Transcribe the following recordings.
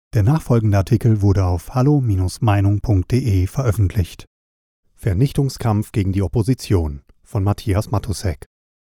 Der nachfolgende Artikel wurde auf hallo-meinung.de veröffentlicht. Vernichtungskampf gegen die Opposition von Matthias Matussek.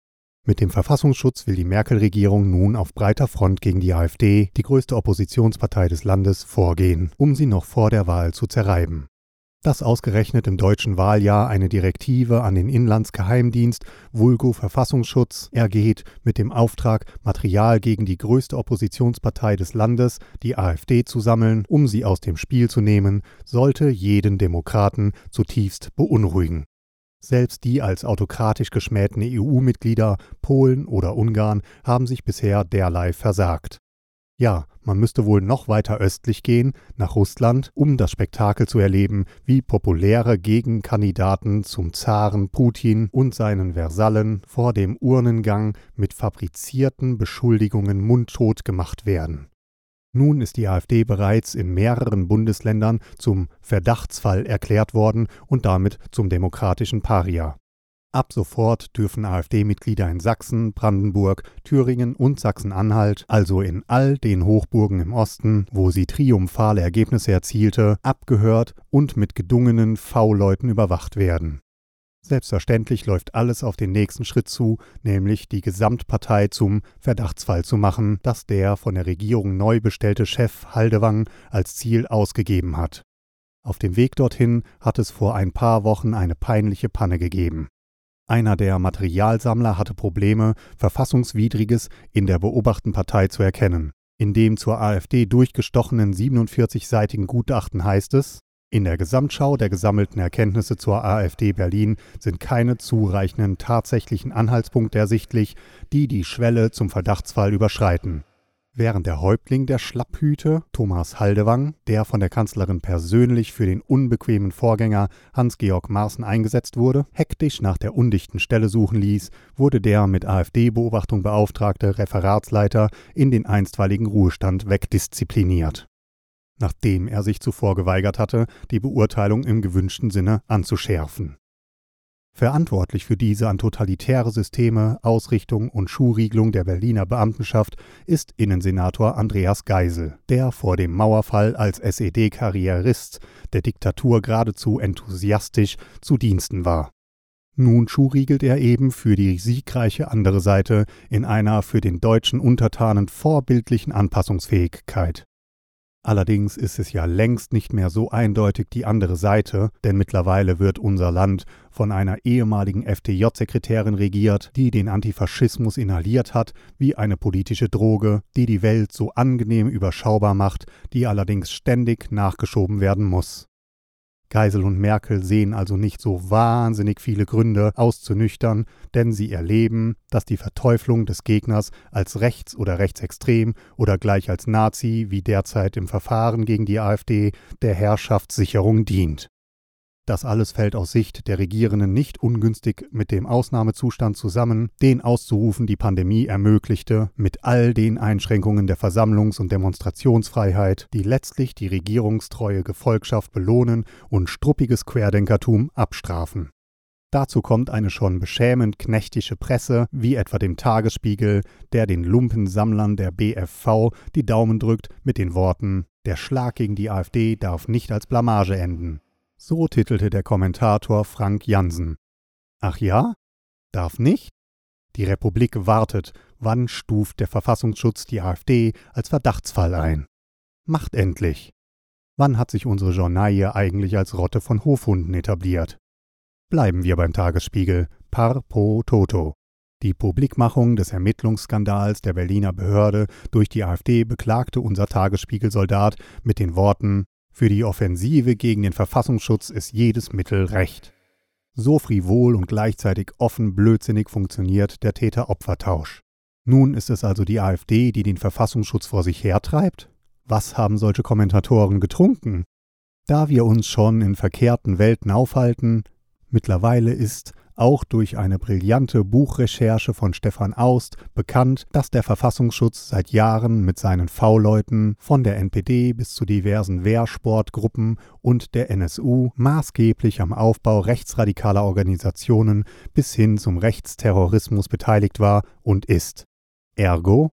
Mit dem Verfassungsschutz will die Merkel-Regierung nun auf breiter Front gegen die AfD, die größte Oppositionspartei des Landes, vorgehen, um sie noch vor der Wahl zu zerreiben. Dass ausgerechnet im deutschen Wahljahr eine Direktive an den Inlandsgeheimdienst vulgo Verfassungsschutz ergeht, mit dem Auftrag, Material gegen die größte Oppositionspartei des Landes, die AfD, zu sammeln, um sie aus dem Spiel zu nehmen, sollte jeden Demokraten zutiefst beunruhigen. Selbst die als autokratisch geschmähten EU-Mitglieder, Polen oder Ungarn, haben sich bisher derlei versagt. Ja, man müsste wohl noch weiter östlich gehen, nach Russland, um das Spektakel zu erleben, wie populäre Gegenkandidaten zum Zaren Putin und seinen Versallen vor dem Urnengang mit fabrizierten Beschuldigungen mundtot gemacht werden. Nun ist die AfD bereits in mehreren Bundesländern zum Verdachtsfall erklärt worden und damit zum demokratischen Paria. Ab sofort dürfen AfD-Mitglieder in Sachsen, Brandenburg, Thüringen und Sachsen-Anhalt, also in all den Hochburgen im Osten, wo sie triumphale Ergebnisse erzielte, abgehört und mit gedungenen V-Leuten überwacht werden. Selbstverständlich läuft alles auf den nächsten Schritt zu, nämlich die Gesamtpartei zum Verdachtsfall zu machen, das der von der Regierung neu bestellte Chef Haldewang als Ziel ausgegeben hat. Auf dem Weg dorthin hat es vor ein paar Wochen eine peinliche Panne gegeben. Einer der Materialsammler hatte Probleme, Verfassungswidriges in der Beobachtenpartei zu erkennen. In dem zur AfD durchgestochenen 47-seitigen Gutachten heißt es: In der Gesamtschau der gesammelten Erkenntnisse zur AfD Berlin sind keine zureichenden tatsächlichen Anhaltspunkte ersichtlich, die die Schwelle zum Verdachtsfall überschreiten. Während der Häuptling der Schlapphüte, Thomas Haldewang, der von der Kanzlerin persönlich für den unbequemen Vorgänger Hans-Georg Maaßen eingesetzt wurde, hektisch nach der undichten Stelle suchen ließ, wurde der mit AfD-Beobachtung beauftragte Referatsleiter in den einstweiligen Ruhestand wegdiszipliniert, nachdem er sich zuvor geweigert hatte, die Beurteilung im gewünschten Sinne anzuschärfen. Verantwortlich für diese an totalitäre Systeme, Ausrichtung und Schuhriegelung der Berliner Beamtenschaft ist Innensenator Andreas Geisel, der vor dem Mauerfall als SED-Karrierist der Diktatur geradezu enthusiastisch zu Diensten war. Nun schuhriegelt er eben für die siegreiche andere Seite in einer für den deutschen Untertanen vorbildlichen Anpassungsfähigkeit. Allerdings ist es ja längst nicht mehr so eindeutig die andere Seite, denn mittlerweile wird unser Land von einer ehemaligen FDJ-Sekretärin regiert, die den Antifaschismus inhaliert hat wie eine politische Droge, die die Welt so angenehm überschaubar macht, die allerdings ständig nachgeschoben werden muss. Geisel und Merkel sehen also nicht so wahnsinnig viele Gründe auszunüchtern, denn sie erleben, dass die Verteuflung des Gegners als rechts oder rechtsextrem oder gleich als Nazi, wie derzeit im Verfahren gegen die AfD, der Herrschaftssicherung dient. Das alles fällt aus Sicht der Regierenden nicht ungünstig mit dem Ausnahmezustand zusammen, den auszurufen die Pandemie ermöglichte, mit all den Einschränkungen der Versammlungs- und Demonstrationsfreiheit, die letztlich die regierungstreue Gefolgschaft belohnen und struppiges Querdenkertum abstrafen. Dazu kommt eine schon beschämend knechtische Presse, wie etwa dem Tagesspiegel, der den Lumpensammlern der BFV die Daumen drückt mit den Worten: Der Schlag gegen die AfD darf nicht als Blamage enden. So titelte der Kommentator Frank Jansen. Ach ja? Darf nicht? Die Republik wartet, wann stuft der Verfassungsschutz die AfD als Verdachtsfall ein? Macht endlich! Wann hat sich unsere Journaille eigentlich als Rotte von Hofhunden etabliert? Bleiben wir beim Tagesspiegel, par pro toto. Die Publikmachung des Ermittlungsskandals der Berliner Behörde durch die AfD beklagte unser Tagesspiegel-Soldat mit den Worten: Für die Offensive gegen den Verfassungsschutz ist jedes Mittel recht. So frivol und gleichzeitig offen blödsinnig funktioniert der Täter-Opfer-Tausch. Nun ist es also die AfD, die den Verfassungsschutz vor sich hertreibt? Was haben solche Kommentatoren getrunken? Da wir uns schon in verkehrten Welten aufhalten, mittlerweile ist auch durch eine brillante Buchrecherche von Stefan Aust bekannt, dass der Verfassungsschutz seit Jahren mit seinen V-Leuten von der NPD bis zu diversen Wehrsportgruppen und der NSU maßgeblich am Aufbau rechtsradikaler Organisationen bis hin zum Rechtsterrorismus beteiligt war und ist. Ergo: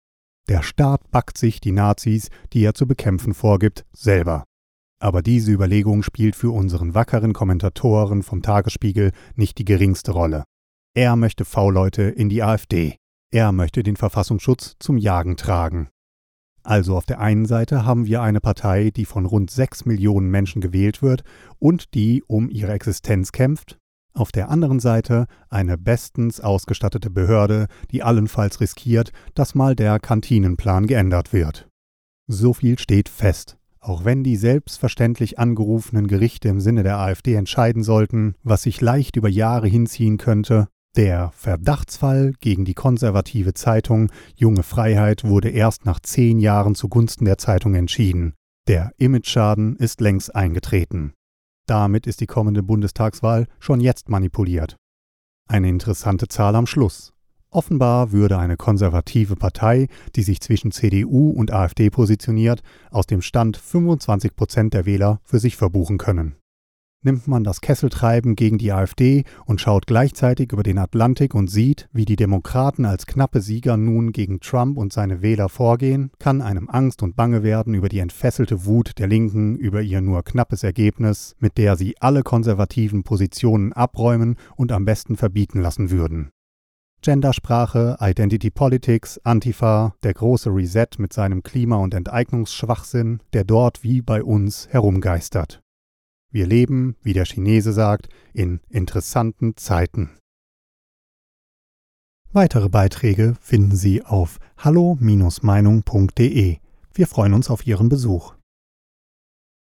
Der Staat backt sich die Nazis, die er zu bekämpfen vorgibt, selber. Aber diese Überlegung spielt für unseren wackeren Kommentatoren vom Tagesspiegel nicht die geringste Rolle. Er möchte V-Leute in die AfD. Er möchte den Verfassungsschutz zum Jagen tragen. Also auf der einen Seite haben wir eine Partei, die von rund 6 Millionen Menschen gewählt wird und die um ihre Existenz kämpft. Auf der anderen Seite eine bestens ausgestattete Behörde, die allenfalls riskiert, dass mal der Kantinenplan geändert wird. So viel steht fest. Auch wenn die selbstverständlich angerufenen Gerichte im Sinne der AfD entscheiden sollten, was sich leicht über Jahre hinziehen könnte, der Verdachtsfall gegen die konservative Zeitung Junge Freiheit wurde erst nach 10 Jahren zugunsten der Zeitung entschieden. Der Imageschaden ist längst eingetreten. Damit ist die kommende Bundestagswahl schon jetzt manipuliert. Eine interessante Zahl am Schluss. Offenbar würde eine konservative Partei, die sich zwischen CDU und AfD positioniert, aus dem Stand 25% der Wähler für sich verbuchen können. Nimmt man das Kesseltreiben gegen die AfD und schaut gleichzeitig über den Atlantik und sieht, wie die Demokraten als knappe Sieger nun gegen Trump und seine Wähler vorgehen, kann einem Angst und Bange werden über die entfesselte Wut der Linken über ihr nur knappes Ergebnis, mit der sie alle konservativen Positionen abräumen und am besten verbieten lassen würden. Gendersprache, Identity Politics, Antifa, der große Reset mit seinem Klima- und Enteignungsschwachsinn, der dort wie bei uns herumgeistert. Wir leben, wie der Chinese sagt, in interessanten Zeiten. Weitere Beiträge finden Sie auf hallo-meinung.de. Wir freuen uns auf Ihren Besuch.